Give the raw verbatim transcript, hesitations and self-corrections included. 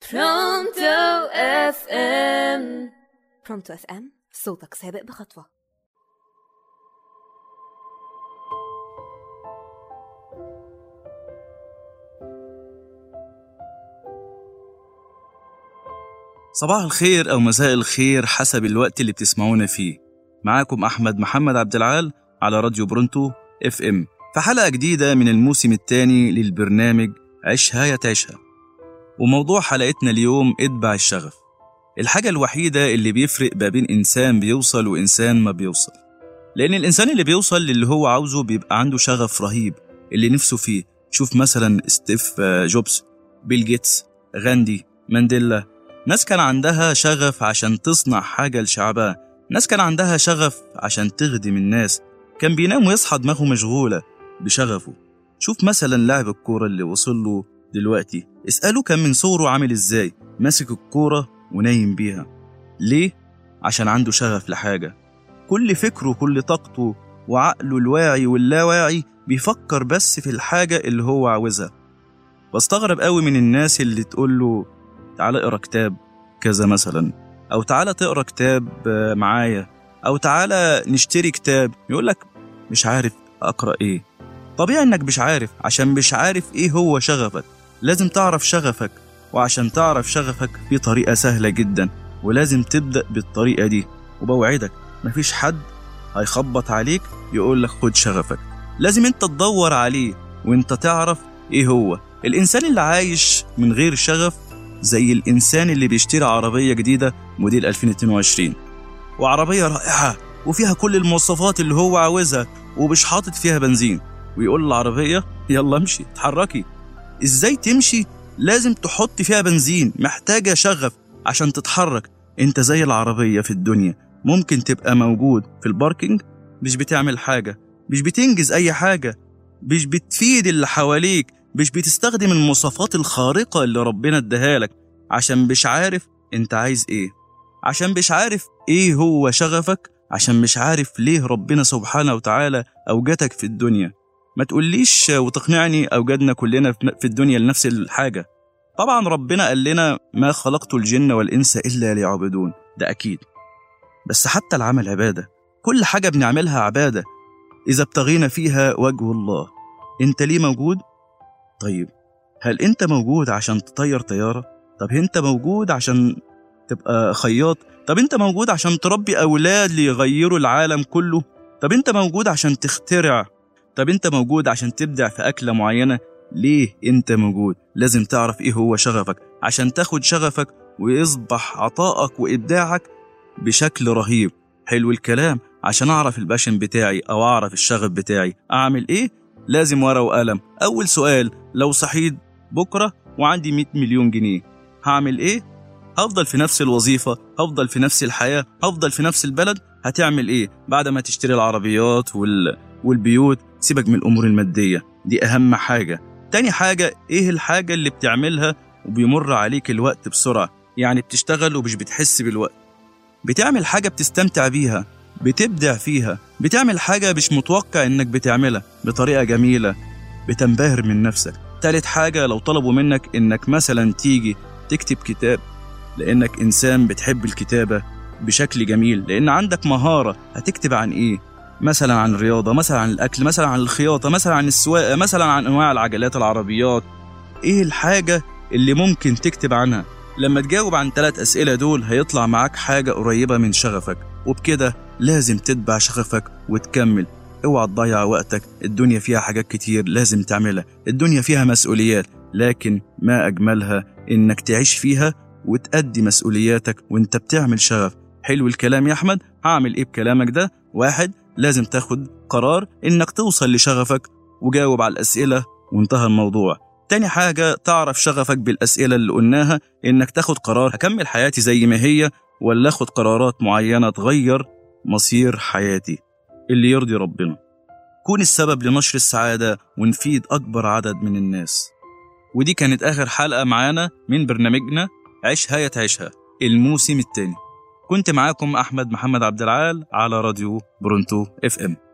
برونتو اف ام. برونتو اف ام، صوتك سابق بخطوة. صباح الخير أو مساء الخير حسب الوقت اللي بتسمعونا فيه. معاكم أحمد محمد عبد العال على راديو برونتو اف ام في حلقة جديدة من الموسم الثاني للبرنامج عيشها يا تعيشها. وموضوع حلقتنا اليوم اتبع الشغف، الحاجة الوحيدة اللي بيفرق ما بين إنسان بيوصل وإنسان ما بيوصل. لأن الإنسان اللي بيوصل للي هو عاوزه بيبقى عنده شغف رهيب اللي نفسه فيه. شوف مثلا ستيف جوبز، بيل جيتس، غاندي، مانديلا. ناس كان عندها شغف عشان تصنع حاجة لشعبها، ناس كان عندها شغف عشان تخدم الناس، كان بينام ويصحى دماغه مشغولة بشغفه. شوف مثلا لاعب الكورة اللي وصل له دلوقتي، اسأله كان من صغره عامل ازاي، ماسك الكورة ونايم بيها. ليه؟ عشان عنده شغف لحاجة. كل فكره كل طاقته وعقله الواعي واللاواعي بيفكر بس في الحاجة اللي هو عاوزها. بستغرب قوي من الناس اللي تقول له تعالى اقرأ كتاب كذا مثلا، او تعالى تقرأ كتاب معايا، او تعالى نشتري كتاب، يقولك مش عارف اقرأ ايه. طبيعي انك مش عارف عشان مش عارف ايه هو شغفك. لازم تعرف شغفك، وعشان تعرف شغفك في طريقة سهلة جدا، ولازم تبدأ بالطريقة دي. وبوعدك مفيش حد هيخبط عليك يقولك خد شغفك، لازم انت تدور عليه وانت تعرف ايه هو. الانسان اللي عايش من غير شغف زي الإنسان اللي بيشتري عربية جديدة موديل ألفين واثنين وعشرين، وعربية رائعة وفيها كل المواصفات اللي هو عاوزها ومش حاطط فيها بنزين، ويقول العربية يلا امشي اتحركي. ازاي تمشي؟ لازم تحط فيها بنزين، محتاجة شغف عشان تتحرك. انت زي العربية في الدنيا، ممكن تبقى موجود في الباركينج مش بتعمل حاجة، مش بتنجز أي حاجة، مش بتفيد اللي حواليك، مش بتستخدم المواصفات الخارقة اللي ربنا اداها لك، عشان مش عارف انت عايز ايه، عشان مش عارف ايه هو شغفك، عشان مش عارف ليه ربنا سبحانه وتعالى اوجدك في الدنيا. ما تقوليش وتقنعني اوجدنا كلنا في الدنيا لنفس الحاجة. طبعا ربنا قال لنا ما خلقت الجن والانس الا ليعبدون، ده اكيد، بس حتى العمل عبادة، كل حاجة بنعملها عبادة اذا ابتغينا فيها وجه الله. انت ليه موجود؟ طيب هل انت موجود عشان تطير طيارة؟ طب انت موجود عشان تبقى خياط؟ طب انت موجود عشان تربي اولاد ليغيروا العالم كله؟ طب انت موجود عشان تخترع؟ طب انت موجود عشان تبدع في اكلة معينة؟ ليه انت موجود؟ لازم تعرف ايه هو شغفك عشان تاخد شغفك ويصبح عطائك وابداعك بشكل رهيب. حلو الكلام. عشان اعرف الباشن بتاعي او اعرف الشغف بتاعي اعمل ايه؟ لازم ورقة وقلم. أول سؤال، لو صحيت بكرة وعندي مئة مليون جنيه هعمل إيه؟ هفضل في نفس الوظيفة، هفضل في نفس الحياة، هفضل في نفس البلد. هتعمل إيه بعد ما تشتري العربيات وال... والبيوت؟ سيبك من الأمور المادية، دي أهم حاجة. تاني حاجة، إيه الحاجة اللي بتعملها وبيمر عليك الوقت بسرعة؟ يعني بتشتغل ومش بتحس بالوقت، بتعمل حاجة بتستمتع بيها، بتبدع فيها، بتعمل حاجة مش متوقع انك بتعملها بطريقة جميلة، بتنبهر من نفسك. تالت حاجة، لو طلبوا منك انك مثلا تيجي تكتب كتاب لانك انسان بتحب الكتابة بشكل جميل، لان عندك مهارة، هتكتب عن ايه؟ مثلا عن الرياضة، مثلا عن الاكل، مثلا عن الخياطة، مثلا عن السواقة، مثلا عن انواع العجلات العربيات. ايه الحاجة اللي ممكن تكتب عنها؟ لما تجاوب عن ثلاث اسئلة دول هيطلع معاك حاجة قريبة من شغفك. وبكده لازم تتبع شغفك وتكمل. اوعى تضيع وقتك، الدنيا فيها حاجات كتير لازم تعملها، الدنيا فيها مسؤوليات، لكن ما أجملها إنك تعيش فيها وتأدي مسؤولياتك وإنت بتعمل شغف. حلو الكلام يا أحمد. هعمل إيه بكلامك ده؟ واحد، لازم تاخد قرار إنك توصل لشغفك وجاوب على الأسئلة وانتهى الموضوع. تاني حاجة، تعرف شغفك بالأسئلة اللي قلناها، إنك تاخد قرار هكمل حياتي زي ما هي ولا أخد قرارات معينة تغير مصير حياتي اللي يرضي ربنا. كون السبب لنشر السعادة ونفيد أكبر عدد من الناس. ودي كانت آخر حلقة معانا من برنامجنا عيشها يا تعيشها الموسم الثاني. كنت معاكم أحمد محمد عبد العال على راديو برونتو اف ام.